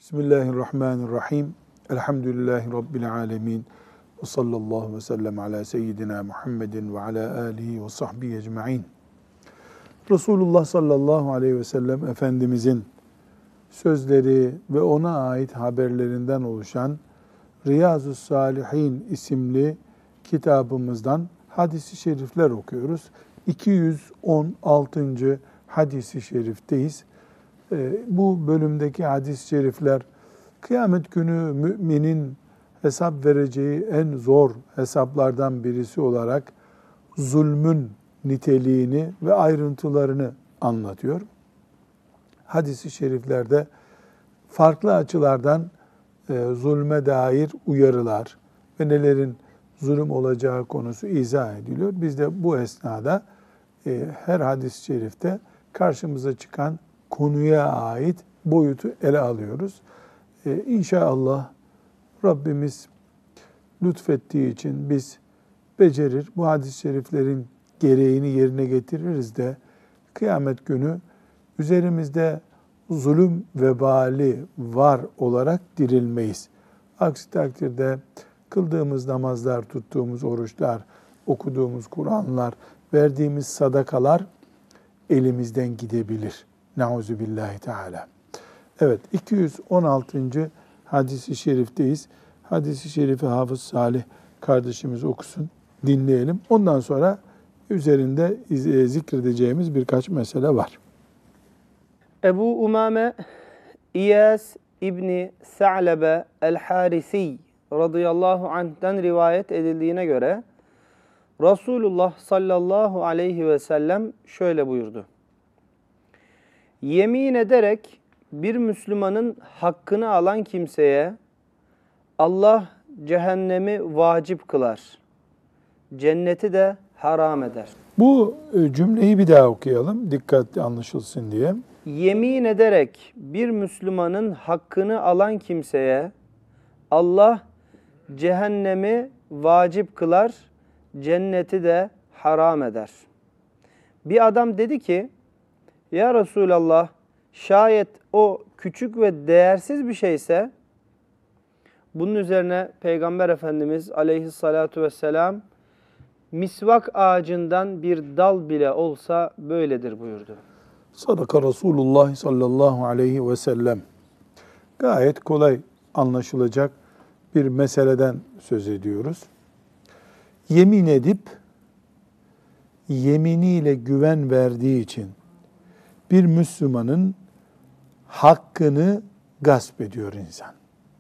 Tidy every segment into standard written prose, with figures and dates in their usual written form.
Bismillahirrahmanirrahim. Elhamdülillahi Rabbil alemin. Ve sallallahu ve sellem ala seyyidina Muhammedin ve ala alihi ve sahbihi ecma'in. Resulullah sallallahu aleyhi ve sellem Efendimizin sözleri ve ona ait haberlerinden oluşan Riyazu Salihin isimli kitabımızdan hadis-i şerifler okuyoruz. 216. hadis-i şerifteyiz. Bu bölümdeki hadis-i şerifler kıyamet günü müminin hesap vereceği en zor hesaplardan birisi olarak zulmün niteliğini ve ayrıntılarını anlatıyor. Hadis-i şeriflerde farklı açılardan zulme dair uyarılar ve nelerin zulüm olacağı konusu izah ediliyor. Biz de bu esnada her hadis-i şerifte karşımıza çıkan konuya ait boyutu ele alıyoruz. İnşallah Rabbimiz lütfettiği için biz becerir, bu hadis-i şeriflerin gereğini yerine getiririz de kıyamet günü üzerimizde zulüm vebali var olarak dirilmeyiz. Aksi takdirde kıldığımız namazlar, tuttuğumuz oruçlar, okuduğumuz Kur'anlar, verdiğimiz sadakalar elimizden gidebilir. Nauzubillahi Teala. Evet, 216. hadis-i şerifteyiz. Hadis-i şerifi Hafız Salih kardeşimiz okusun, dinleyelim. Ondan sonra üzerinde zikredeceğimiz birkaç mesele var. Ebu Umame İyas İbni Sa'lebe el-Harisi radıyallahu anh'ten rivayet edildiğine göre Resulullah sallallahu aleyhi ve sellem şöyle buyurdu. Yemin ederek bir Müslümanın hakkını alan kimseye Allah cehennemi vacip kılar, cenneti de haram eder. Bu cümleyi bir daha okuyalım, dikkatli anlaşılsın diye. Yemin ederek bir Müslümanın hakkını alan kimseye Allah cehennemi vacip kılar, cenneti de haram eder. Bir adam dedi ki, ya Resulallah, şayet o küçük ve değersiz bir şeyse, bunun üzerine Peygamber Efendimiz aleyhissalatu vesselam, misvak ağacından bir dal bile olsa böyledir buyurdu. Sadaka Resulullah sallallahu aleyhi ve sellem. Gayet kolay anlaşılacak bir meseleden söz ediyoruz. Yemin edip, yeminiyle güven verdiği için bir Müslümanın hakkını gasp ediyor insan.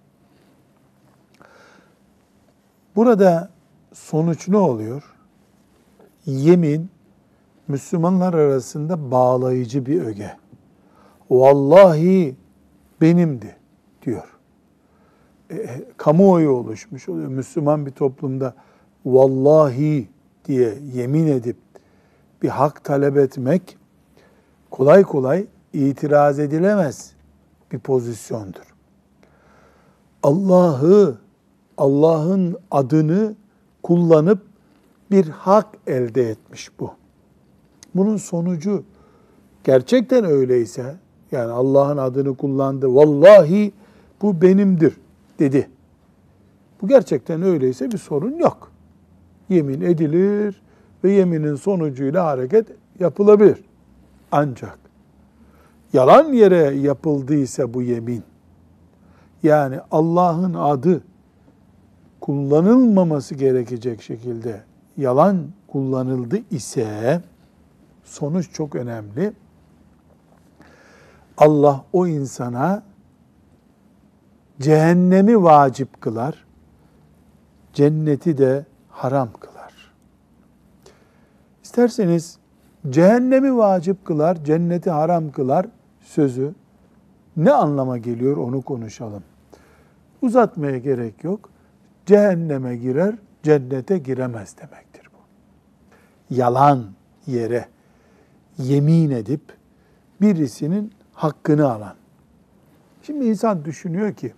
Burada sonuç ne oluyor? Yemin, Müslümanlar arasında bağlayıcı bir öge. Vallahi benimdi diyor. Kamuoyu oluşmuş oluyor. Müslüman bir toplumda vallahi diye yemin edip bir hak talep etmek kolay kolay itiraz edilemez bir pozisyondur. Allah'ın adını kullanıp bir hak elde etmiş bu. Bunun sonucu gerçekten öyleyse, yani Allah'ın adını kullandı, vallahi bu benimdir dedi. Bu gerçekten öyleyse bir sorun yok. Yemin edilir ve yeminin sonucuyla hareket yapılabilir. Ancak yalan yere yapıldıysa bu yemin, yani Allah'ın adı kullanılmaması gerekecek şekilde yalan kullanıldı ise sonuç çok önemli. Allah o insana cehennemi vacip kılar, cenneti de haram kılar. İsterseniz cehennemi vacip kılar, cenneti haram kılar sözü ne anlama geliyor onu konuşalım. Uzatmaya gerek yok. Cehenneme girer, cennete giremez demektir bu. Yalan yere yemin edip birisinin hakkını alan. Şimdi insan düşünüyor ki,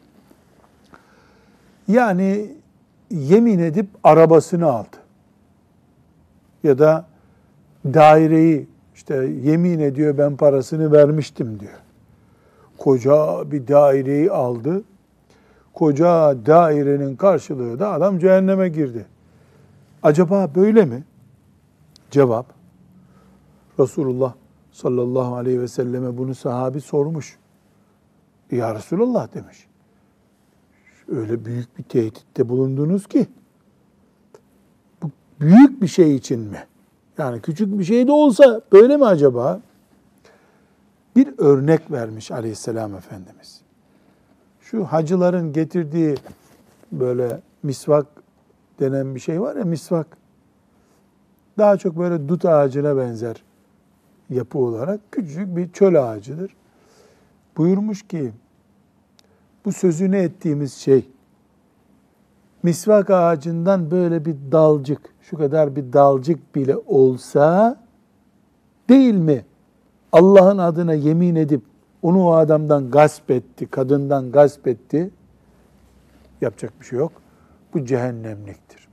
yani yemin edip arabasını aldı. Ya da daireyi, işte yemin ediyor ben parasını vermiştim diyor. koca bir daireyi aldı. Koca dairenin karşılığı da adam cehenneme girdi. Acaba böyle mi? Cevap, Resulullah sallallahu aleyhi ve selleme bunu sahabi sormuş. Ya Resulullah demiş. Öyle büyük bir tehditte bulundunuz ki, bu büyük bir şey için mi? Yani küçük bir şey de olsa böyle mi acaba? Bir örnek vermiş Aleyhisselam Efendimiz. Şu hacıların getirdiği böyle misvak denen bir şey var ya, misvak. Daha çok böyle dut ağacına benzer yapı olarak küçücük bir çöl ağacıdır. Buyurmuş ki, bu sözünü ettiğimiz şey, misvak ağacından böyle bir dalcık, şu kadar bir dalcık bile olsa, değil mi? Allah'ın adına yemin edip, onu o adamdan gasp etti, kadından gasp etti. Yapacak bir şey yok. Bu cehennemliktir.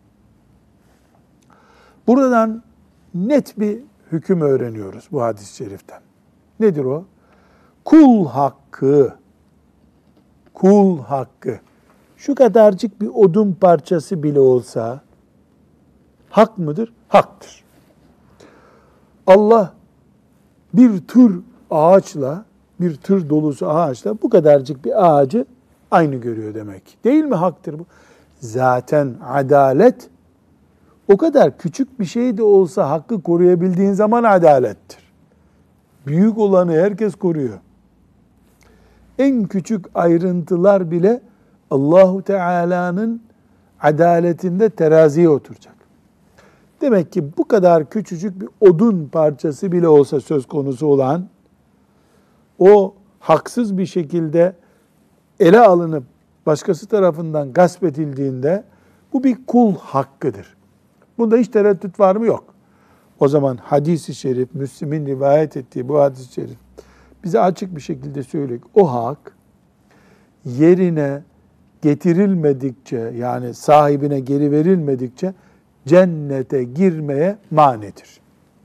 Buradan net bir hüküm öğreniyoruz bu hadis-i şeriften. Nedir o? Kul hakkı, kul hakkı, şu kadarcık bir odun parçası bile olsa hak mıdır? Haktır. Allah bir tır ağaçla, bir tır dolusu ağaçla bu kadarcık bir ağacı aynı görüyor demek. Değil mi? Haktır bu. Zaten adalet o kadar küçük bir şey de olsa hakkı koruyabildiğin zaman adalettir. Büyük olanı herkes koruyor. En küçük ayrıntılar bile Allahu Teala'nın adaletinde teraziye oturacak. Demek ki bu kadar küçücük bir odun parçası bile olsa söz konusu olan, o haksız bir şekilde ele alınıp başkası tarafından gasp edildiğinde bu bir kul hakkıdır. Bunda hiç tereddüt var mı? Yok. O zaman hadis-i şerif, Müslim'in rivayet ettiği bu hadis-i şerif bize açık bir şekilde söylüyor. O hak yerine getirilmedikçe, yani sahibine geri verilmedikçe cennete girmeye manidir.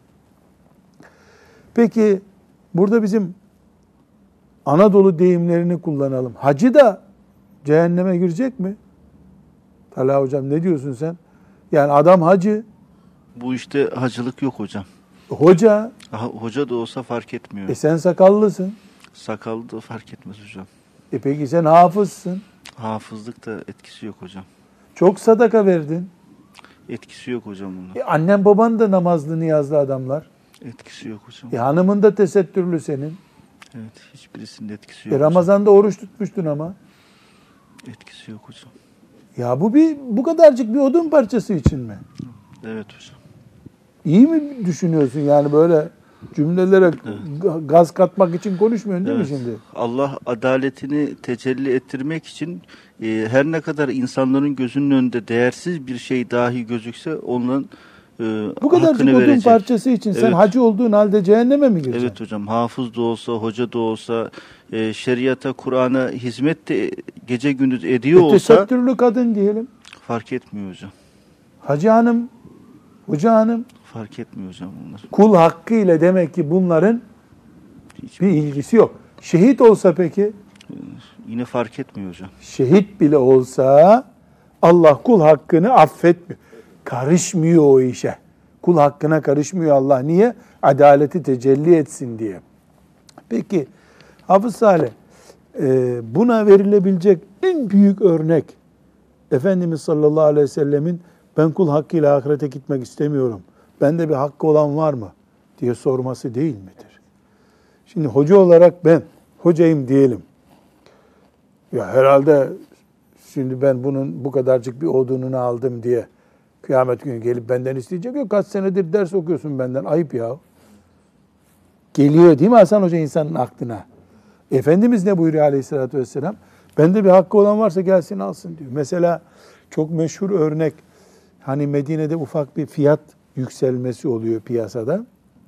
Peki burada bizim Anadolu deyimlerini kullanalım. Hacı da cehenneme girecek mi? Talha hocam ne diyorsun sen? Yani adam hacı. Bu işte hacılık yok hocam. Hoca. Hoca da olsa fark etmiyor. Sen sakallısın. Sakallı da fark etmez hocam. Peki sen hafızsın. Hafızlık da etkisi yok hocam. Çok sadaka verdin. Etkisi yok hocam bunun. Annen baban da namazlı niyazlı adamlar. Etkisi yok hocam. Hanımın da tesettürlü senin. Evet, hiçbirisinin etkisi yok Ramazan'da oruç tutmuştun ama. hocam. Etkisi yok hocam. Ya bu kadarcık bir odun parçası için mi? Evet hocam. İyi mi düşünüyorsun yani, böyle cümlelere gaz katmak için konuşmuyorsun değil mi şimdi? Allah adaletini tecelli ettirmek için her ne kadar insanların gözünün önünde değersiz bir şey dahi gözükse onun bu kadarcık odun verecek. Parçası için sen hacı olduğun halde cehenneme mi gireceksin? Evet hocam, hafız da olsa, hoca da olsa, şeriata, Kur'an'a hizmet de gece gündüz ediyor olsa tesettürlü kadın diyelim. fark etmiyor hocam. Hacı hanım, hoca hanım. Fark etmiyor hocam bunlar. Kul hakkı ile demek ki bunların bir ilgisi yok. Şehit olsa peki? Yine fark etmiyor hocam. Şehit bile olsa Allah kul hakkını affetmiyor. Karışmıyor o işe. Kul hakkına karışmıyor Allah. Niye? Adaleti tecelli etsin diye. Peki Hafız Salih, buna verilebilecek en büyük örnek Efendimiz sallallahu aleyhi ve sellemin ben kul hakkıyla ahirete gitmek istemiyorum, bende bir hakkı olan var mı diye sorması değil midir? Şimdi hoca olarak ben hocayım diyelim. Ya herhalde şimdi ben bunun bu kadarcık bir odununu aldım diye kıyamet günü gelip benden isteyecek yok. Kaç senedir ders okuyorsun benden. Ayıp ya. Geliyor değil mi Hasan Hoca insanın aklına? Efendimiz ne buyuruyor aleyhissalatü vesselam? Bende bir hakkı olan varsa gelsin alsın diyor. Mesela çok meşhur örnek, hani Medine'de ufak bir fiyat yükselmesi oluyor piyasada.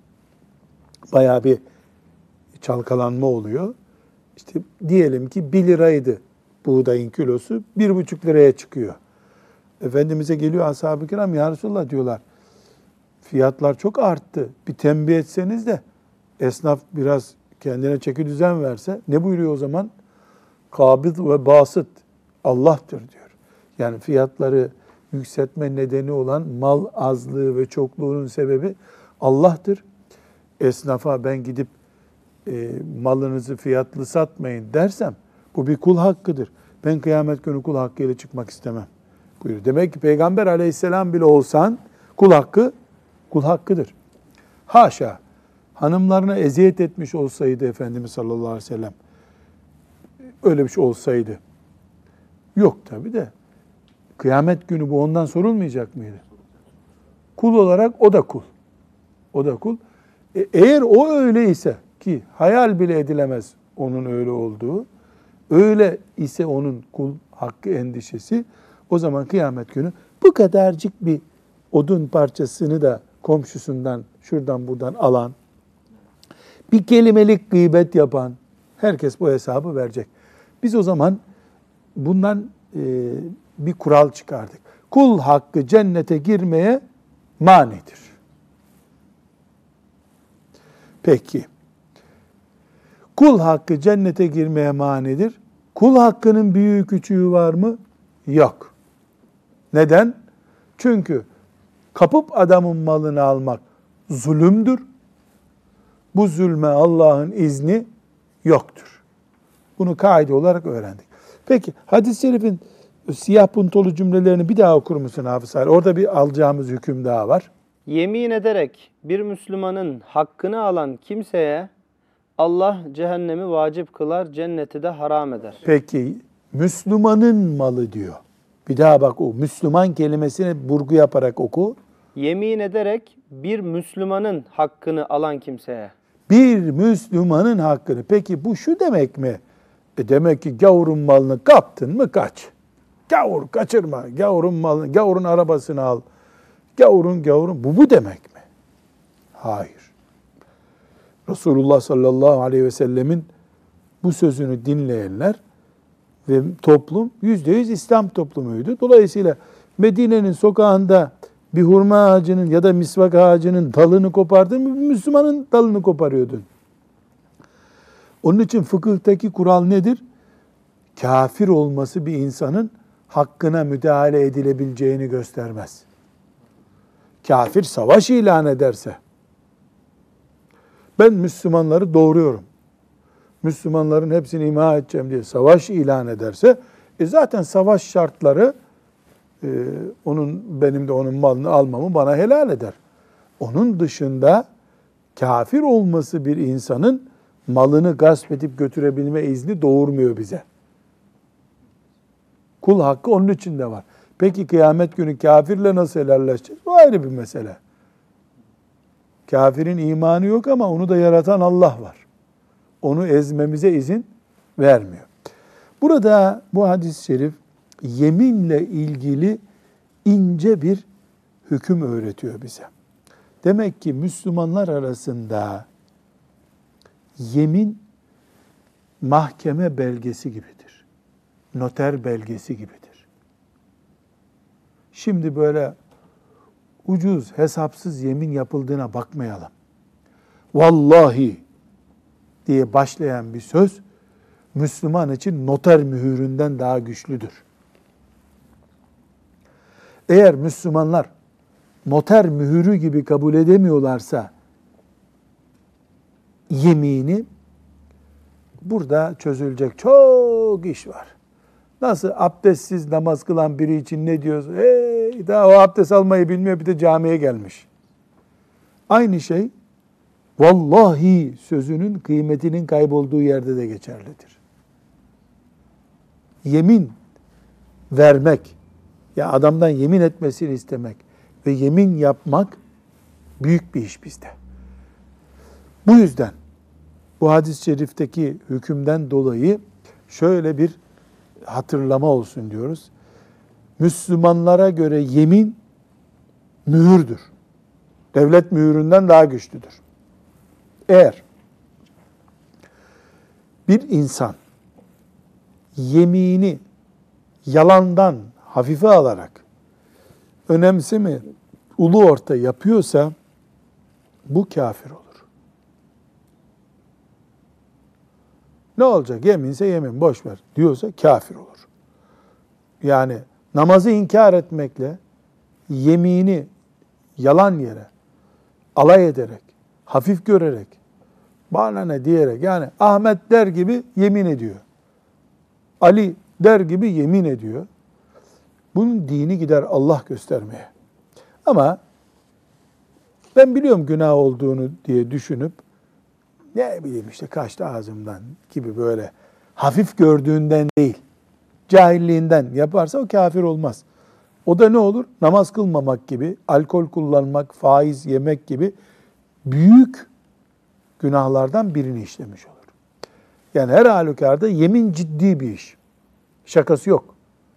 Bayağı bir çalkalanma oluyor. İşte diyelim ki 1 liraydı buğdayın kilosu, 1,5 liraya çıkıyor. Efendimiz'e geliyor ashab-ı kiram, ya Resulallah diyorlar, fiyatlar çok arttı. Bir tembih etseniz de esnaf biraz kendine çeki düzen verse ne buyuruyor o zaman? Kabid ve basit Allah'tır diyor. Yani fiyatları yükseltme nedeni olan mal azlığı ve çokluğunun sebebi Allah'tır. Esnafa ben gidip malınızı fiyatlı satmayın dersem bu bir kul hakkıdır. Ben kıyamet günü kul hakkıyla çıkmak istemem buyuruyor. Demek ki Peygamber aleyhisselam bile olsan kul hakkı kul hakkıdır. Haşa hanımlarına eziyet etmiş olsaydı Efendimiz sallallahu aleyhi ve sellem öyle bir şey olsaydı yok tabii de kıyamet günü bu ondan sorulmayacak mıydı? Kul olarak o da kul. O da kul. Eğer o öyleyse ki hayal bile edilemez onun öyle olduğu, öyle ise onun kul hakkı endişesi, o zaman kıyamet günü bu kadarcık bir odun parçasını da komşusundan şuradan buradan alan, bir kelimelik gıybet yapan, herkes bu hesabı verecek. Biz o zaman bundan bir kural çıkardık. Kul hakkı cennete girmeye manidir. Peki, kul hakkı cennete girmeye manidir. Kul hakkının büyüğü küçüğü var mı? Yok. Neden? Çünkü kapıp adamın malını almak zulümdür. Bu zulme Allah'ın izni yoktur. Bunu kaide olarak öğrendik. Peki hadis-i şerifin siyah puntolu cümlelerini bir daha okur musun Hafız Ali? Orada bir alacağımız hüküm daha var. Yemin ederek bir Müslümanın hakkını alan kimseye Allah cehennemi vacip kılar, cenneti de haram eder. Peki Müslümanın malı diyor. Bir daha bak o Müslüman kelimesine vurgu yaparak oku. Yemin ederek bir Müslümanın hakkını alan kimseye. Bir Müslümanın hakkını. Peki bu şu demek mi? Demek ki gavurun malını kaptın mı kaç. Gavur kaçırma. Gavurun malını, gavurun arabasını al. Gavurun. Bu demek mi? Hayır. Resulullah sallallahu aleyhi ve sellemin bu sözünü dinleyenler ve toplum %100 İslam toplumuydu. Dolayısıyla Medine'nin sokağında bir hurma ağacının ya da misvak ağacının dalını kopardın mı, Müslümanın dalını koparıyordun. Onun için fıkıhtaki kural nedir? Kafir olması bir insanın hakkına müdahale edilebileceğini göstermez. Kafir savaş ilan ederse, ben Müslümanları doğuruyorum, Müslümanların hepsini imha edeceğim diye savaş ilan ederse, zaten savaş şartları benim de onun malını almamı bana helal eder. Onun dışında kafir olması bir insanın malını gasp edip götürebilme izni doğurmuyor bize. Kul hakkı onun içinde var. Peki kıyamet günü kafirle nasıl helalleşeceğiz? Bu ayrı bir mesele. Kafirin imanı yok ama onu da yaratan Allah var. Onu ezmemize izin vermiyor. Burada bu hadis-i şerif yeminle ilgili ince bir hüküm öğretiyor bize. Demek ki Müslümanlar arasında yemin mahkeme belgesi gibidir. Noter belgesi gibidir. Şimdi böyle ucuz, hesapsız yemin yapıldığına bakmayalım. Vallahi diye başlayan bir söz Müslüman için noter mühüründen daha güçlüdür. Eğer Müslümanlar noter mühürü gibi kabul edemiyorlarsa yemini, burada çözülecek çok iş var. Nasıl abdestsiz namaz kılan biri için ne diyoruz? Daha o abdest almayı bilmiyor, bir de camiye gelmiş. Aynı şey vallahi sözünün kıymetinin kaybolduğu yerde de geçerlidir. Yemin vermek, ya adamdan yemin etmesini istemek ve yemin yapmak büyük bir iş bizde. Bu yüzden bu hadis-i şerifteki hükümden dolayı şöyle bir hatırlama olsun diyoruz. Müslümanlara göre yemin mühürdür. Devlet mühüründen daha güçlüdür. Eğer bir insan yemini yalandan hafife alarak önemseme ulu orta yapıyorsa bu kafir olur. Ne olacak? Yeminse yemin, boş ver diyorsa kafir olur. Yani namazı inkar etmekle yemini yalan yere, alay ederek, hafif görerek, bana ne diyerek, yani Ahmet der gibi yemin ediyor. Ali der gibi yemin ediyor. Bunun dini gider Allah göstermeye. Ama ben biliyorum günah olduğunu diye düşünüp, ne bileyim işte kaçtı ağzımdan gibi böyle hafif gördüğünden değil, cahilliğinden yaparsa o kafir olmaz. O da ne olur? Namaz kılmamak gibi, alkol kullanmak, faiz yemek gibi büyük günahlardan birini işlemiş olur. Yani her halükarda yemin ciddi bir iş. Şakası yok.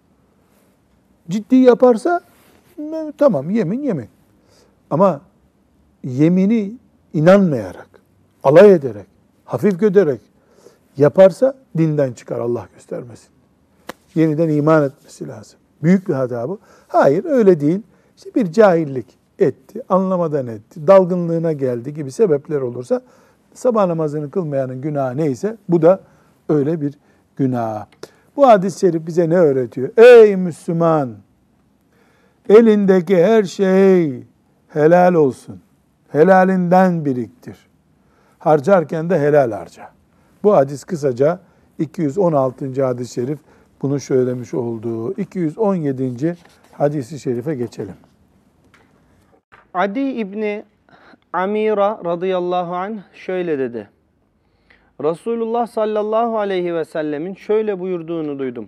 Ciddi yaparsa tamam, yemin. Ama yemini inanmayarak, alay ederek, hafif görerek yaparsa dinden çıkar, Allah göstermesin. Yeniden iman etmesi lazım. Büyük bir hata bu. Hayır, öyle değil. İşte bir cahillik etti, anlamadan etti, dalgınlığına geldi gibi sebepler olursa sabah namazını kılmayanın günahı neyse bu da öyle bir günah. Bu hadis-i şerif bize ne öğretiyor? Ey Müslüman! Elindeki her şey helal olsun. Helalinden biriktir. Harcarken de helal harca. Bu hadis kısaca 216. hadis-i şerif bunu söylemiş olduğu. 217. hadis-i şerife geçelim. Adi İbni Amira radıyallahu anh şöyle dedi. Resulullah sallallahu aleyhi ve sellemin şöyle buyurduğunu duydum.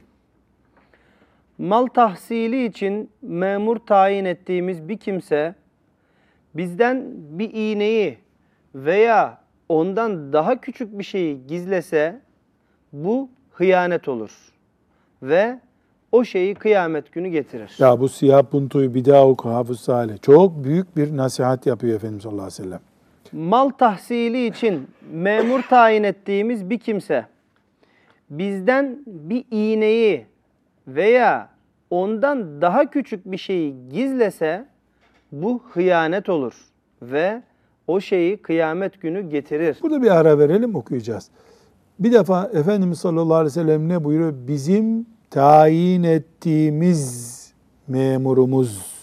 Mal tahsili için memur tayin ettiğimiz bir kimse bizden bir iğneyi veya ondan daha küçük bir şeyi gizlese bu hıyanet olur ve o şeyi kıyamet günü getirir. Ya bu siyah puntoyu bir daha oku Hafız Salih. Çok büyük bir nasihat yapıyor Efendimiz sallallahu aleyhi ve sellem. Mal tahsili için memur tayin ettiğimiz bir kimse bizden bir iğneyi veya ondan daha küçük bir şeyi gizlese bu hıyanet olur ve o şeyi kıyamet günü getirir. Burada bir ara verelim, okuyacağız. Bir defa Efendimiz sallallahu aleyhi ve sellem ne buyuruyor? Bizim tayin ettiğimiz memurumuz.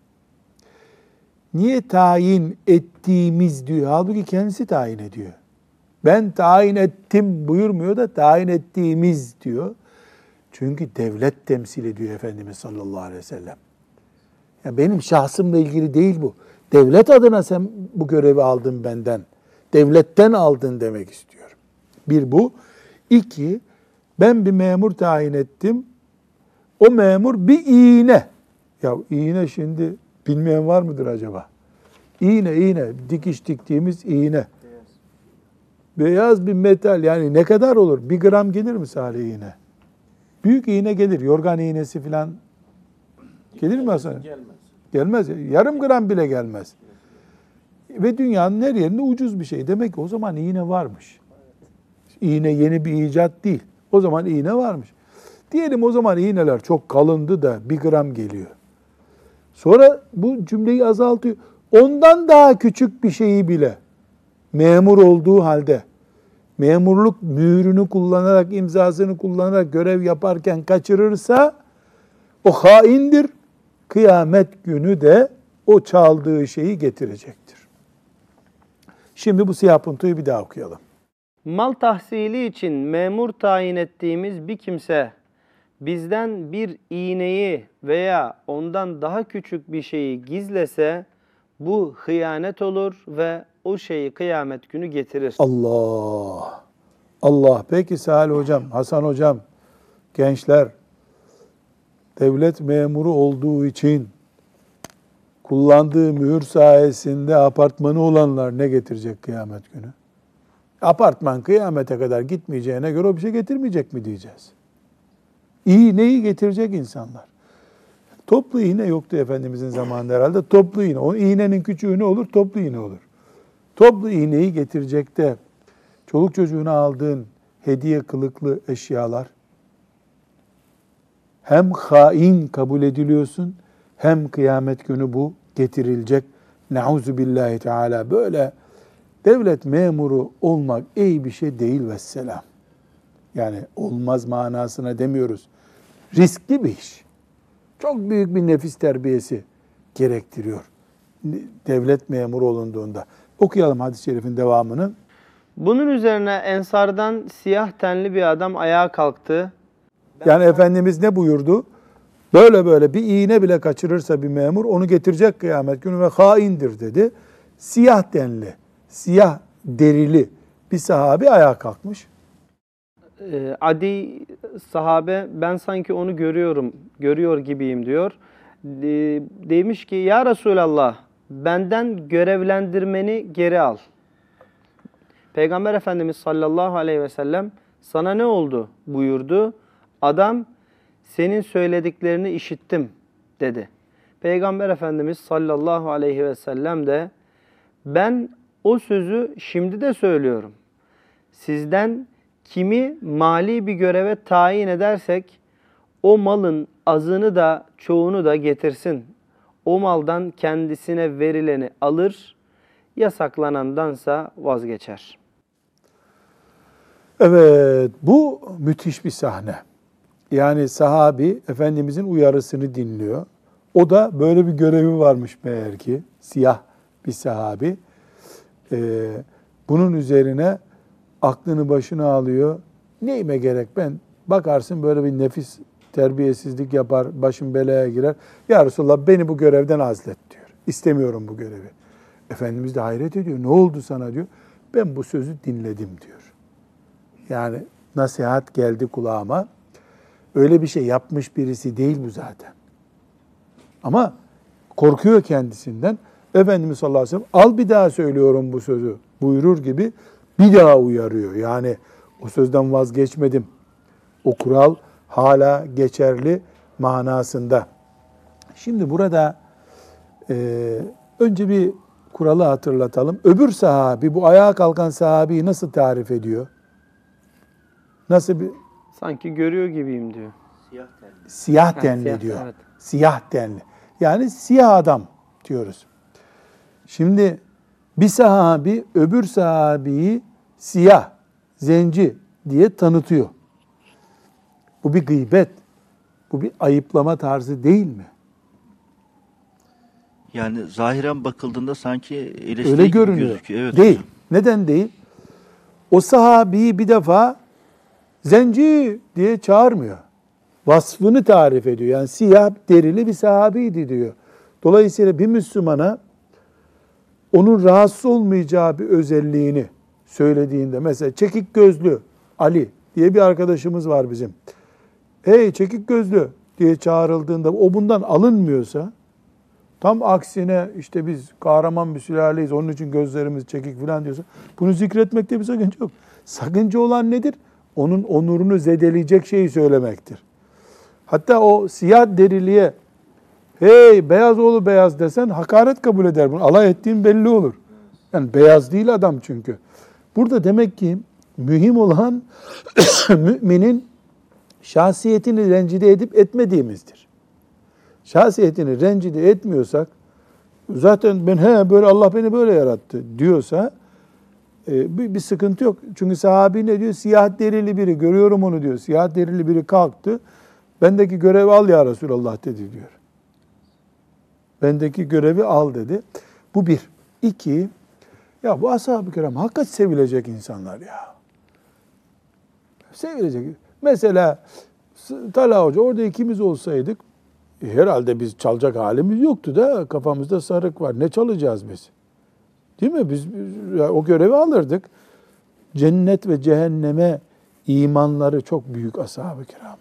Niye tayin ettiğimiz diyor? Halbuki kendisi tayin ediyor. Ben tayin ettim buyurmuyor da tayin ettiğimiz diyor. Çünkü devlet temsil ediyor Efendimiz sallallahu aleyhi ve sellem. Ya benim şahsımla ilgili değil bu. Devlet adına sen bu görevi aldın benden. Devletten aldın demek istiyorum. Bir bu. İki, ben bir memur tayin ettim. O memur bir iğne. Ya iğne şimdi bilmeyen var mıdır acaba? İğne, dikiş diktiğimiz iğne. Beyaz bir metal, yani ne kadar olur? 1 gram gelir mi Salih iğne? Büyük iğne gelir. Yorgan iğnesi falan gelir mi Hasan? Gelmez. Yarım gram bile gelmez. Ve dünyanın her yerinde ucuz bir şey. Demek ki o zaman iğne varmış. İğne yeni bir icat değil. O zaman iğne varmış. Diyelim o zaman iğneler çok kalındı da 1 gram geliyor. Sonra bu cümleyi azaltıyor. Ondan daha küçük bir şeyi bile memur olduğu halde memurluk mührünü kullanarak, imzasını kullanarak görev yaparken kaçırırsa o haindir. Kıyamet günü de o çaldığı şeyi getirecektir. Şimdi bu siyah puntoyu bir daha okuyalım. Mal tahsili için memur tayin ettiğimiz bir kimse bizden bir iğneyi veya ondan daha küçük bir şeyi gizlese bu hıyanet olur ve o şeyi kıyamet günü getirir. Allah. Peki Salih hocam, Hasan hocam, gençler, devlet memuru olduğu için kullandığı mühür sayesinde apartmanı olanlar ne getirecek kıyamet günü? Apartman kıyamete kadar gitmeyeceğine göre o bir şey getirmeyecek mi diyeceğiz? İğneyi getirecek insanlar. Toplu iğne yoktu Efendimizin zamanında herhalde. Toplu iğne. O iğnenin küçüğü ne olur? Toplu iğne olur. Toplu iğneyi getirecek de çoluk çocuğuna aldığın hediye kılıklı eşyalar hem hain kabul ediliyorsun hem kıyamet günü bu getirilecek. Nauzu billahi teala. Böyle devlet memuru olmak iyi bir şey değil vesselam. Yani olmaz manasına demiyoruz. Riskli bir iş. Çok büyük bir nefis terbiyesi gerektiriyor devlet memuru olunduğunda. Okuyalım hadis-i şerifin devamını. Bunun üzerine Ensardan siyah tenli bir adam ayağa kalktı. Yani Efendimiz ne buyurdu? Böyle böyle bir iğne bile kaçırırsa bir memur onu getirecek kıyamet günü ve haindir dedi. Siyah tenli, siyah derili bir sahabi ayağa kalkmış. Adi sahabe ben sanki onu görüyor gibiyim diyor. Demiş ki ya Resulallah benden görevlendirmeni geri al. Peygamber Efendimiz sallallahu aleyhi ve sellem sana ne oldu buyurdu. Adam senin söylediklerini işittim dedi. Peygamber Efendimiz sallallahu aleyhi ve sellem de ben o sözü şimdi de söylüyorum. Sizden kimi mali bir göreve tayin edersek o malın azını da çoğunu da getirsin. O maldan kendisine verileni alır, yasaklanandansa vazgeçer. Evet, bu müthiş bir sahne. Yani sahabi Efendimizin uyarısını dinliyor. O da böyle bir görevi varmış meğer ki. Siyah bir sahabi. Bunun üzerine aklını başına alıyor. Neyime gerek ben? Bakarsın böyle bir nefis terbiyesizlik yapar, başım belaya girer. Ya Resulallah beni bu görevden azlet diyor. İstemiyorum bu görevi. Efendimiz de hayret ediyor. Ne oldu sana diyor. Ben bu sözü dinledim diyor. Yani nasihat geldi kulağıma. Öyle bir şey yapmış birisi değil bu zaten. Ama korkuyor kendisinden. Efendimiz sallallahu aleyhi ve sellem al bir daha söylüyorum bu sözü buyurur gibi bir daha uyarıyor. Yani o sözden vazgeçmedim. O kural hala geçerli manasında. Şimdi burada önce bir kuralı hatırlatalım. Öbür sahabi, bu ayağa kalkan sahabiyi nasıl tarif ediyor? Nasıl bir... Sanki görüyor gibiyim diyor. Siyah tenli siyah, diyor. evet. Siyah tenli. Yani siyah adam diyoruz. Şimdi bir sahabi öbür sahabiyi siyah, zenci diye tanıtıyor. Bu bir gıybet. Bu bir ayıplama tarzı değil mi? Yani zahiren bakıldığında sanki eleştiri Öyle gibi görünüyor. gözüküyor. Evet, değil. hocam. Neden değil? O sahabiyi bir defa zenci diye çağırmıyor. Vasfını tarif ediyor. Yani siyah derili bir sahabiydi diyor. Dolayısıyla bir Müslümana onun rahatsız olmayacağı bir özelliğini söylediğinde, mesela çekik gözlü Ali diye bir arkadaşımız var bizim. Hey çekik gözlü diye çağrıldığında o bundan alınmıyorsa, tam aksine işte biz kahraman bir sülaleyiz onun için gözlerimiz çekik falan diyorsa, bunu zikretmekte bir sakınca yok. Sakınca olan nedir? Onun onurunu zedeleyecek şeyi söylemektir. Hatta o siyah deriliye hey beyaz oğlu beyaz desen hakaret kabul eder bunu. Alay ettiğin belli olur. Yani beyaz değil adam çünkü. Burada demek ki mühim olan müminin şahsiyetini rencide edip etmediğimizdir. Şahsiyetini rencide etmiyorsak, zaten ben böyle Allah beni böyle yarattı diyorsa bir sıkıntı yok. Çünkü sahabi ne diyor? Siyah derili biri, görüyorum onu diyor. Siyah derili biri kalktı. Bendeki görevi al ya Resulallah dedi diyor. Bendeki görevi al dedi. Bu bir. İki, ya bu ashab-ı kiram hakikaten sevilecek insanlar ya. Sevilecek. Mesela Talha Hoca orada ikimiz olsaydık herhalde biz çalacak halimiz yoktu da kafamızda sarık var. Ne çalacağız biz? Değil mi? Biz o görevi alırdık. Cennet ve cehenneme imanları çok büyük ashab-ı kiramın.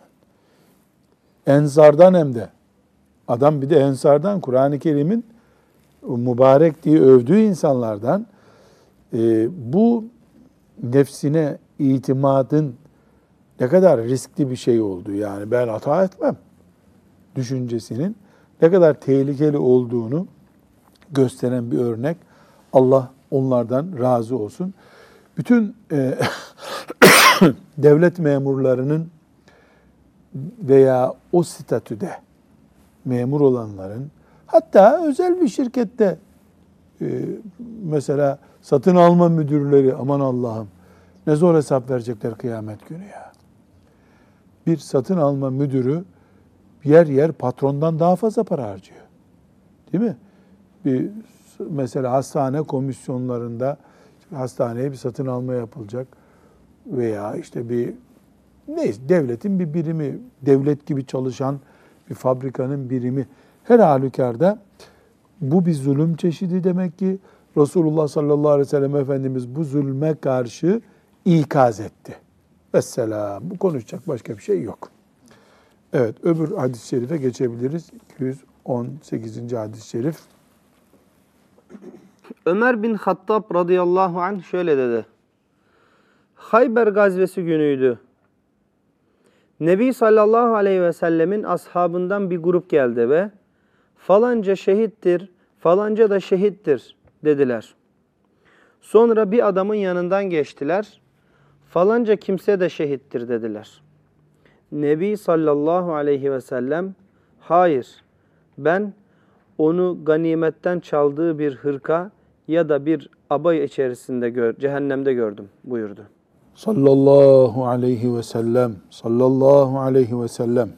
Ensardan hem de. Adam bir de Ensardan, Kur'an-ı Kerim'in mübarek diye övdüğü insanlardan bu nefsine itimadın ne kadar riskli bir şey olduğu, yani ben hata etmem düşüncesinin ne kadar tehlikeli olduğunu gösteren bir örnek. Allah onlardan razı olsun. Bütün devlet memurlarının veya o statüde memur olanların, hatta özel bir şirkette mesela satın alma müdürleri, aman Allah'ım ne zor hesap verecekler kıyamet günü ya. bir satın alma müdürü yer yer patrondan daha fazla para harcıyor. Değil mi? Mesela hastane komisyonlarında hastaneye bir satın alma yapılacak veya işte neyse devletin bir birimi, devlet gibi çalışan bir fabrikanın birimi, her halükarda bu bir zulüm çeşidi demek ki. Resulullah sallallahu aleyhi ve sellem Efendimiz bu zulme karşı ikaz etti. Vesselam. Bu konuşacak başka bir şey yok. Evet, öbür hadis-i şerife geçebiliriz. 218. hadis-i şerif. Ömer bin Hattab radıyallahu anh şöyle dedi. Hayber gazvesi günüydü. Nebi sallallahu aleyhi ve sellemin ashabından bir grup geldi ve falanca şehittir, falanca da şehittir dediler. Sonra bir adamın yanından geçtiler. Falanca kimse de şehittir dediler. Nebi sallallahu aleyhi ve sellem hayır ben onu ganimetten çaldığı bir hırka ya da bir abay içerisinde cehennemde gördüm buyurdu. Sallallahu aleyhi ve sellem. Sallallahu aleyhi ve sellem.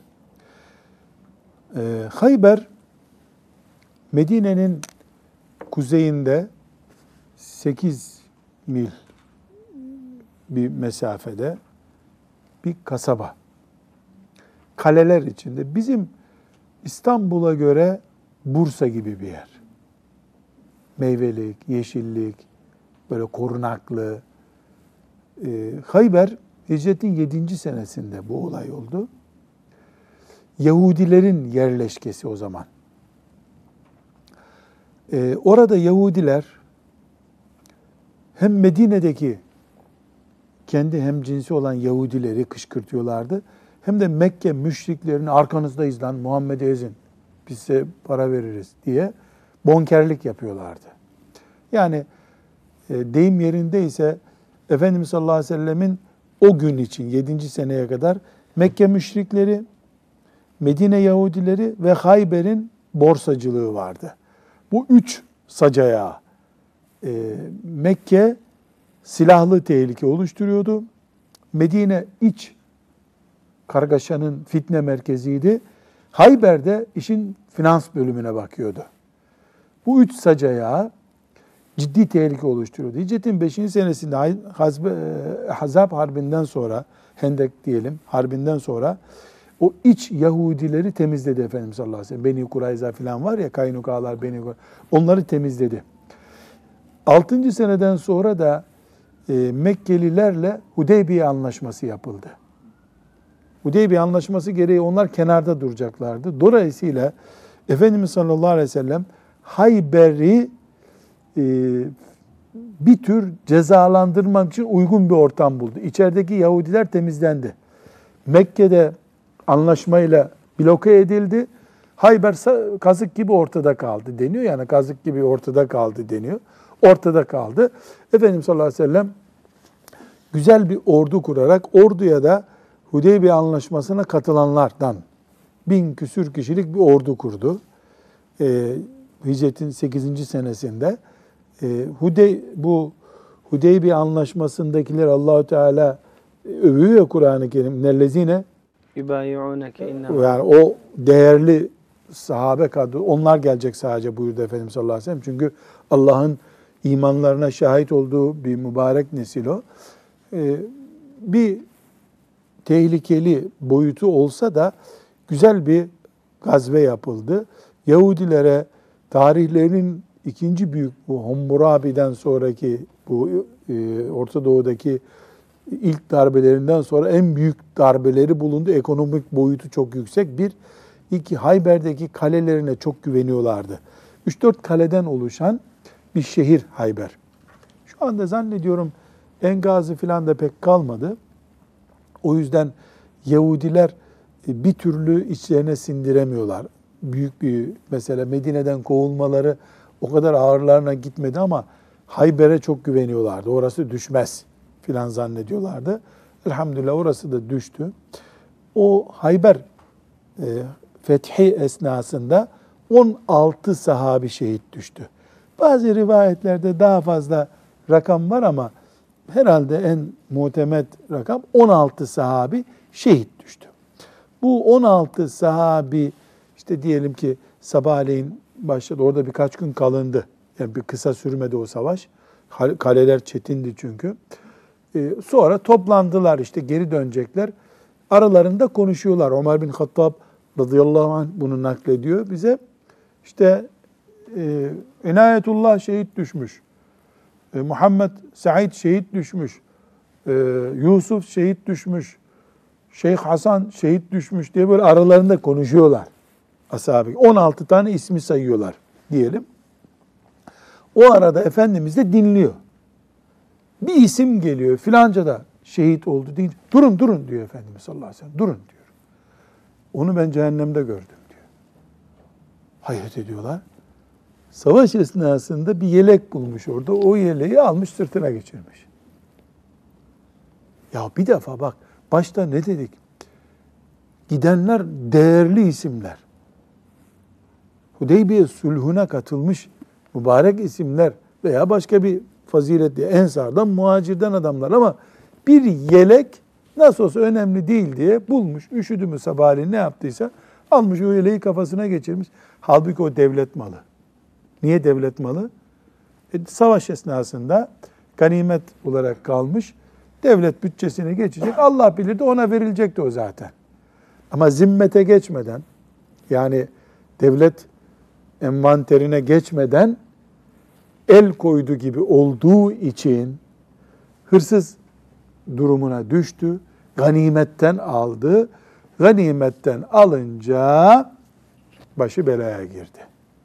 Hayber, Medine'nin kuzeyinde 8 mil bir mesafede bir kasaba. Kaleler içinde. Bizim İstanbul'a göre Bursa gibi bir yer. Meyvelik, yeşillik, böyle korunaklı. Hayber, hicretin 7. senesinde bu olay oldu. Yahudilerin yerleşkesi o zaman. Orada Yahudiler hem Medine'deki kendi hemcinsi olan Yahudileri kışkırtıyorlardı, hem de Mekke müşriklerini arkanızdayız lan Muhammed'i ezin, biz size para veririz diye bonkerlik yapıyorlardı. Yani deyim yerindeyse Efendimiz sallallahu aleyhi ve sellemin o gün için 7. seneye kadar Mekke müşrikleri, Medine Yahudileri ve Hayber'in borsacılığı vardı. Bu 3 sacaya Mekke silahlı tehlike oluşturuyordu. Medine iç kargaşanın fitne merkeziydi. Hayber'de işin finans bölümüne bakıyordu. Bu 3 sacaya ciddi tehlike oluşturuyordu. Hicretin 5. senesinde Ahzab Harbi'nden sonra, Hendek diyelim, Harbi'nden sonra o iç Yahudileri temizledi Efendimiz sallallahu aleyhi ve sellem. Beni Kurayza falan var ya, Kaynukalar, Beni Kurayza, onları temizledi. 6. seneden sonra da Mekkelilerle Hudeybiye Anlaşması yapıldı. Hudeybiye Anlaşması gereği onlar kenarda duracaklardı. Dolayısıyla Efendimiz sallallahu aleyhi ve sellem Hayber'i bir tür cezalandırmak için uygun bir ortam buldu. İçerideki Yahudiler temizlendi. Mekke'de anlaşmayla bloke edildi. Hayber kazık gibi ortada kaldı deniyor. Yani kazık gibi ortada kaldı deniyor. Ortada kaldı. Efendimiz sallallahu aleyhi ve sellem güzel bir ordu kurarak orduya da Hudeybiye Anlaşması'na katılanlardan 1000 küsür kişilik bir ordu kurdu. Hicretin 8. senesinde. Bu Hudeybiye Anlaşması'ndakiler Allah-u Teala övüyor Kur'an-ı Kerim. Nellezine yani o değerli sahabe kadro, onlar gelecek sadece buyurdu Efendimiz sallallahu aleyhi ve sellem. Çünkü Allah'ın imanlarına şahit olduğu bir mübarek nesil o. Bir tehlikeli boyutu olsa da güzel bir gazve yapıldı. Yahudilere tarihlerinin ikinci büyük bu Hammurabi'den sonraki bu Orta Doğu'daki ilk darbelerinden sonra en büyük darbeleri bulundu. Ekonomik boyutu çok yüksek. İki Hayber'deki kalelerine çok güveniyorlardı. 3-4 kaleden oluşan bir şehir Hayber. Şu anda zannediyorum enkazı falan da pek kalmadı. O yüzden Yahudiler bir türlü içlerine sindiremiyorlar. Büyük bir mesela Medine'den kovulmaları o kadar ağırlarına gitmedi ama Hayber'e çok güveniyorlardı. Orası düşmez filan zannediyorlardı. Elhamdülillah orası da düştü. O Hayber fethi esnasında 16 sahabi şehit düştü. Bazı rivayetlerde daha fazla rakam var ama herhalde en muhtemet rakam 16 sahabi şehit düştü. Bu 16 sahabi işte diyelim ki sabahleyin başladı. Orada birkaç gün kalındı. Yani bir kısa sürmedi o savaş. Kaleler çetindi çünkü. Sonra toplandılar, işte geri dönecekler. Aralarında konuşuyorlar. Ömer bin Hattab radıyallahu anh bunu naklediyor bize. İşte İnayetullah şehit düşmüş. Muhammed Said şehit düşmüş. Yusuf şehit düşmüş. Şeyh Hasan şehit düşmüş diye böyle aralarında konuşuyorlar. Ashab-ı 16 tane ismi sayıyorlar diyelim. O arada Efendimiz de dinliyor. Bir isim geliyor, filanca da şehit oldu deyince, durun diyor Efendimiz sallallahu aleyhi ve sellem, durun diyor. Onu ben cehennemde gördüm diyor. Hayret ediyorlar. Savaş esnasında bir yelek bulmuş orada, o yeleği almış sırtına geçirmiş. Ya bir defa bak, başta ne dedik? Gidenler değerli isimler. Hudeybiye sulhuna katılmış mübarek isimler veya başka bir faziletli ensardan, muhacirden adamlar ama bir yelek nasıl olsa önemli değil diye bulmuş. Üşüdü mü sabahleyin ne yaptıysa almış o yeleği kafasına geçirmiş. Halbuki o devlet malı. Niye devlet malı? Savaş esnasında ganimet olarak kalmış. Devlet bütçesine geçecek. Allah bilirdi, ona verilecekti o zaten. Ama zimmete geçmeden, yani devlet envanterine geçmeden el koydu gibi olduğu için hırsız durumuna düştü. Ganimetten aldı. Ganimetten alınca başı belaya girdi.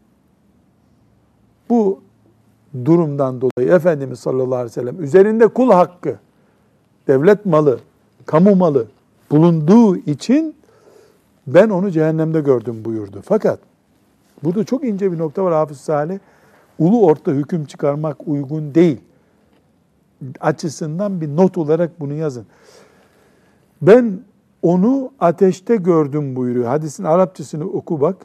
Bu durumdan dolayı Efendimiz sallallahu aleyhi ve sellem üzerinde kul hakkı, devlet malı, kamu malı bulunduğu için ben onu cehennemde gördüm buyurdu. Fakat burada çok ince bir nokta var Hafız Salih. Ulu orta hüküm çıkarmak uygun değil açısından bir not olarak bunu yazın. Ben onu ateşte gördüm buyuruyor. Hadisin Arapçasını oku bak.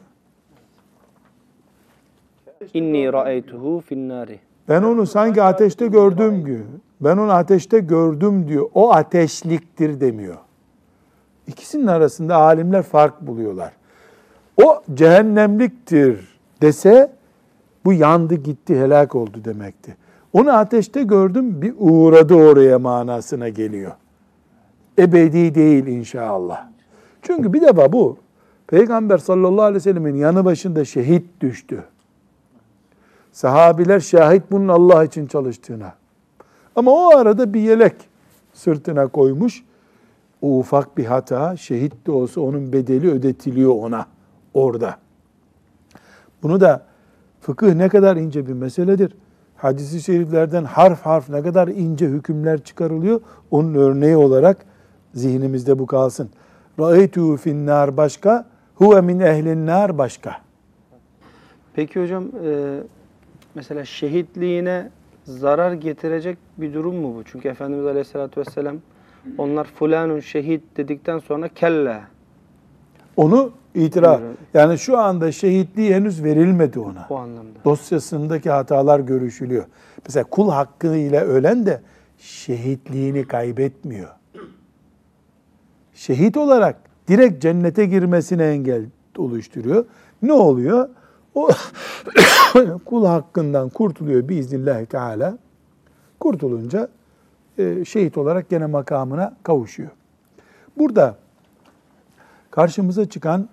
İnni ra'aytuhu fi'n-nari. Ben onu sanki ateşte gördüm diyor. Ben onu ateşte gördüm diyor. O ateşliktir demiyor. İkisinin arasında alimler fark buluyorlar. O cehennemliktir dese bu yandı gitti, helak oldu demekti. Onu ateşte gördüm, bir uğradı oraya manasına geliyor. Ebedi değil inşallah. Çünkü bir defa bu Peygamber sallallahu aleyhi ve sellemin yanı başında şehit düştü. Sahabiler şahit bunun Allah için çalıştığına. Ama o arada bir yelek sırtına koymuş. O ufak bir hata, şehit de olsa onun bedeli ödetiliyor ona orada. Bunu da fıkıh ne kadar ince bir meseledir. Hadis-i şeriflerden harf harf ne kadar ince hükümler çıkarılıyor. Onun örneği olarak zihnimizde bu kalsın. Ra'eytu fi'n-nar başka, huve min ehlin-nar başka. Peki hocam mesela şehitliğine zarar getirecek bir durum mu bu? Çünkü Efendimiz Aleyhisselatü Vesselam onlar fulanun şehit dedikten sonra kelle. Onu itiraf. Yani şu anda şehitliği henüz verilmedi ona. O anlamda. Dosyasındaki hatalar görüşülüyor. Mesela kul hakkıyla ölen de şehitliğini kaybetmiyor. Şehit olarak direkt cennete girmesine engel oluşturuyor. Ne oluyor? O kul hakkından kurtuluyor biiznillahü teala. Kurtulunca şehit olarak gene makamına kavuşuyor. Burada karşımıza çıkan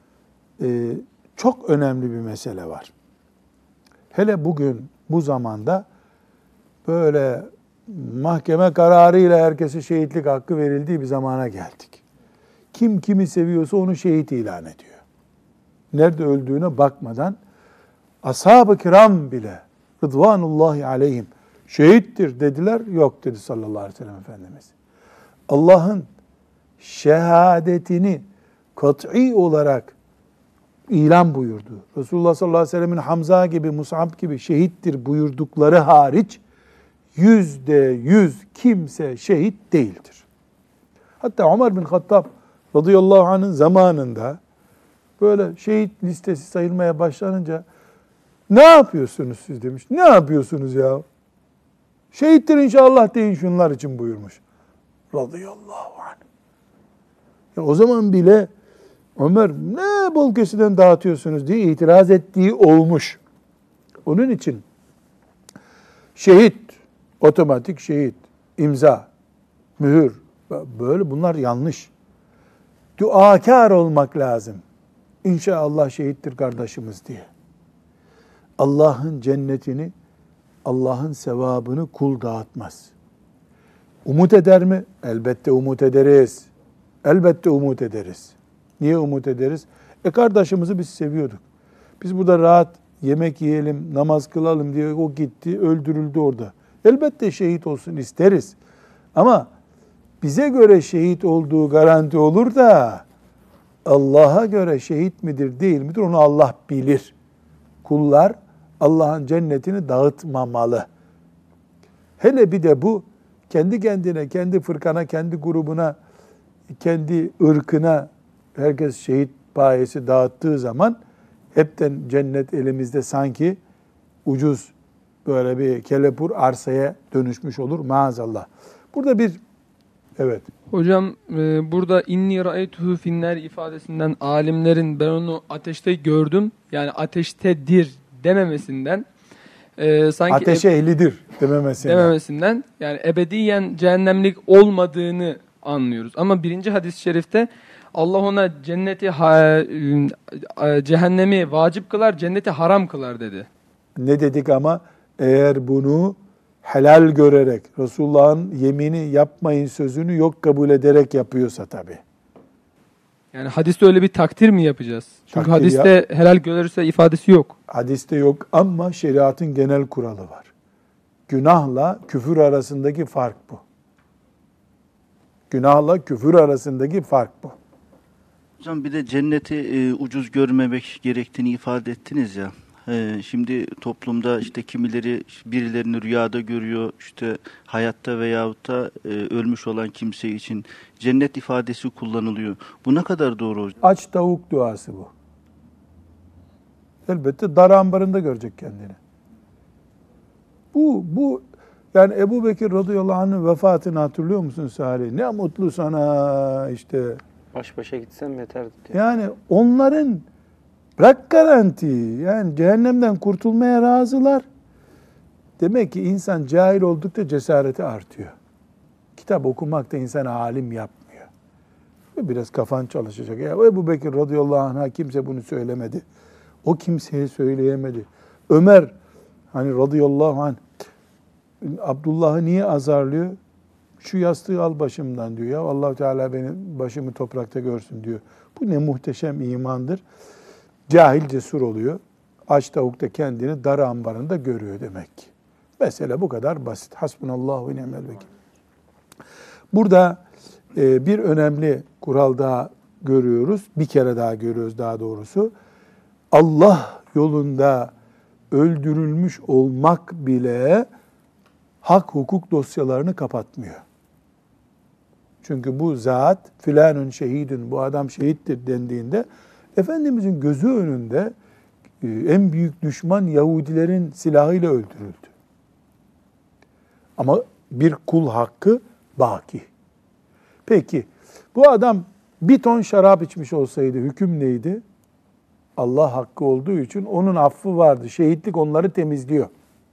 çok önemli bir mesele var. Hele bugün, bu zamanda böyle mahkeme kararıyla herkese şehitlik hakkı verildiği bir zamana geldik. Kim kimi seviyorsa onu şehit ilan ediyor. Nerede öldüğüne bakmadan ashab-ı kiram bile rıdvanullahi aleyhim şehittir dediler. Yok dedi sallallahu aleyhi ve sellem Efendimiz. Allah'ın şehadetini kat'i olarak ilan buyurdu. Resulullah sallallahu aleyhi ve sellemin Hamza gibi, Mus'ab gibi şehittir buyurdukları hariç %100 kimse şehit değildir. Hatta Ömer bin Hattab radıyallahu anh'ın zamanında böyle şehit listesi sayılmaya başlanınca ne yapıyorsunuz siz demiş. Ne yapıyorsunuz ya? Şehittir inşallah deyin şunlar için buyurmuş. Radıyallahu anh. Ya o zaman bile Ömer ne bol kesiden dağıtıyorsunuz diye itiraz ettiği olmuş. Onun için şehit, otomatik şehit, imza, mühür, böyle bunlar yanlış. Duakar olmak lazım. İnşallah şehittir kardeşimiz diye. Allah'ın cennetini, Allah'ın sevabını kul dağıtmaz. Umut eder mi? Elbette umut ederiz. Elbette umut ederiz. Niye umut ederiz? Kardeşimizi biz seviyorduk. Biz burada rahat yemek yiyelim, namaz kılalım diye o gitti, öldürüldü orada. Elbette şehit olsun isteriz. Ama bize göre şehit olduğu garanti olur da Allah'a göre şehit midir değil midir onu Allah bilir. Kullar Allah'ın cennetini dağıtmamalı. Hele bir de bu kendi kendine, kendi fırkana, kendi grubuna, kendi ırkına herkes şehit payesi dağıttığı zaman hepten cennet elimizde sanki ucuz böyle bir kelepur arsaya dönüşmüş olur maazallah. Burada bir evet. Hocam burada inni ra'aytuhu finnar ifadesinden alimlerin ben onu ateşte gördüm yani ateştedir dememesinden sanki ateşe ehlidir dememesinden yani ebediyen cehennemlik olmadığını anlıyoruz. Ama birinci hadis-i şerifte Allah ona cehennemi vacip kılar, cenneti haram kılar dedi. Ne dedik ama eğer bunu helal görerek, Resulullah'ın yemini yapmayın sözünü yok kabul ederek yapıyorsa tabii. Yani hadiste öyle bir takdir mi yapacağız? Çünkü Takdir hadiste helal görürse ifadesi yok. Hadiste yok ama şeriatın genel kuralı var. Günahla küfür arasındaki fark bu. Günahla küfür arasındaki fark bu. Hocam bir de cenneti ucuz görmemek gerektiğini ifade ettiniz ya. Şimdi toplumda işte kimileri birilerini rüyada görüyor, işte hayatta veyahut da ölmüş olan kimse için cennet ifadesi kullanılıyor. Bu ne kadar doğru? Aç tavuk duası bu. Elbette dar ambarında görecek kendini. Bu yani Ebu Bekir radıyallahu anh'ın vefatını hatırlıyor musun Salih? Ne mutlu sana işte. Baş başa gitsem yeterdi diyor. Yani onların bırak garanti. Yani cehennemden kurtulmaya razılar. Demek ki insan cahil oldukça cesareti artıyor. Kitap okumak da insan alim yapmıyor. Biraz kafan çalışacak. Ya Ebu Bekir radıyallahu anh'a kimse bunu söylemedi. O kimseye söyleyemedi. Ömer hani radıyallahu anh Abdullah'ı niye azarlıyor? Şu yastığı al başımdan diyor. Ya Allah Teala benim başımı toprakta görsün diyor. Bu ne muhteşem imandır. Cahil cesur oluyor. Aç tavuk da kendini dar ambarında görüyor demek ki. Mesele bu kadar basit. Hasbunallahu ve ni'mel vekil. Burada bir önemli kural daha görüyoruz. Bir kere daha görüyoruz daha doğrusu. Allah yolunda öldürülmüş olmak bile hak hukuk dosyalarını kapatmıyor. Çünkü bu zat filanun şehidin, bu adam şehittir dendiğinde Efendimizin gözü önünde en büyük düşman Yahudilerin silahıyla öldürüldü. Ama bir kul hakkı baki. Peki bu adam bir ton şarap içmiş olsaydı hüküm neydi? Allah hakkı olduğu için onun affı vardı. Şehitlik onları temizliyor.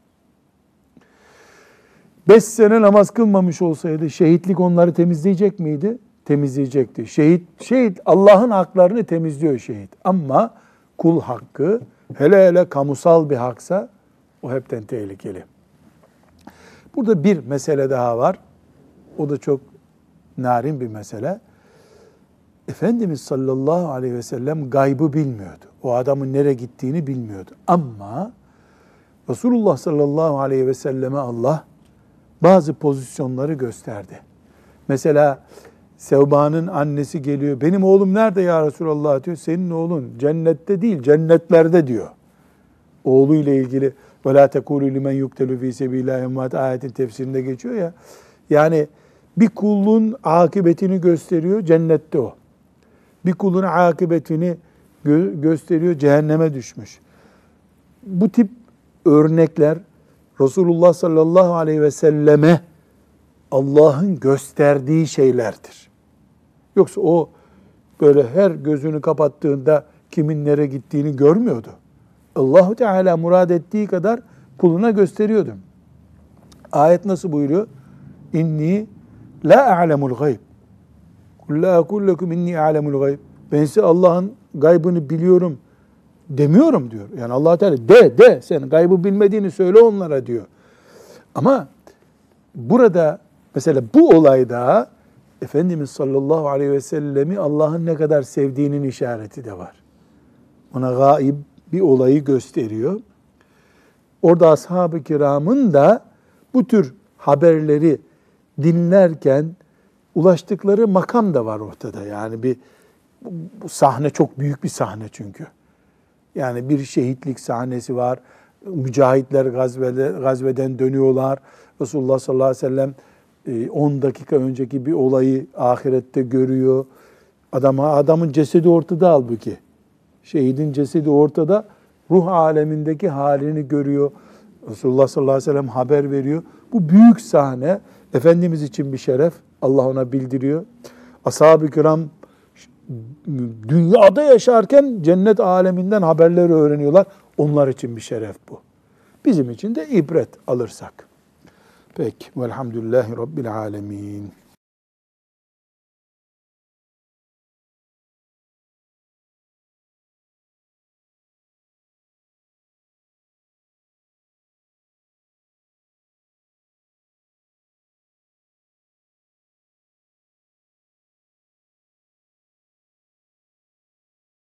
5 sene namaz kılmamış olsaydı şehitlik onları temizleyecek miydi? Temizleyecekti. Şehit Allah'ın haklarını temizliyor şehit. Ama kul hakkı hele hele kamusal bir haksa o hepten tehlikeli. Burada bir mesele daha var. O da çok narin bir mesele. Efendimiz sallallahu aleyhi ve sellem gaybı bilmiyordu. O adamın nereye gittiğini bilmiyordu. Ama Resulullah sallallahu aleyhi ve selleme Allah bazı pozisyonları gösterdi. Mesela Sevba'nın annesi geliyor. Benim oğlum nerede ya Resulallah diyor. Senin oğlun cennette değil, cennetlerde diyor. Oğluyla ilgili وَلَا تَكُولُوا لِمَنْ يُقْتَلُوا ف۪ي سَب۪يلَا اَمَّاتِ ayetin tefsirinde geçiyor ya. Yani bir kulun akıbetini gösteriyor, cennette o. Bir kulun akıbetini gösteriyor, cehenneme düşmüş. Bu tip örnekler Resulullah sallallahu aleyhi ve selleme Allah'ın gösterdiği şeylerdir. Yoksa o böyle her gözünü kapattığında kimin nereye gittiğini görmüyordu. Allahu Teala murad ettiği kadar kuluna gösteriyordu. Ayet nasıl buyuruyor? İnni la a'lemul gayb. Kul la akul lekum inni a'lemul gayb. Ben size Allah'ın gaybını biliyorum demiyorum diyor. Yani Allah Teala de sen gaybı bilmediğini söyle onlara diyor. Ama burada mesela bu olayda Efendimiz sallallahu aleyhi ve sellemi Allah'ın ne kadar sevdiğinin işareti de var. Ona gaib bir olayı gösteriyor. Orada ashab-ı kiramın da bu tür haberleri dinlerken ulaştıkları makam da var ortada. Yani bu sahne çok büyük bir sahne çünkü. Yani bir şehitlik sahnesi var. Mücahitler gazveden dönüyorlar. Resulullah sallallahu aleyhi ve sellem 10 dakika önceki bir olayı ahirette görüyor. Adamın cesedi ortada halbuki. Şehidin cesedi ortada. Ruh alemindeki halini görüyor. Resulullah sallallahu aleyhi ve sellem haber veriyor. Bu büyük sahne Efendimiz için bir şeref. Allah ona bildiriyor. Ashab-ı kiram dünyada yaşarken cennet aleminden haberleri öğreniyorlar. Onlar için bir şeref bu. Bizim için de ibret alırsak. Peki. Velhamdülillahi Rabbil alemin.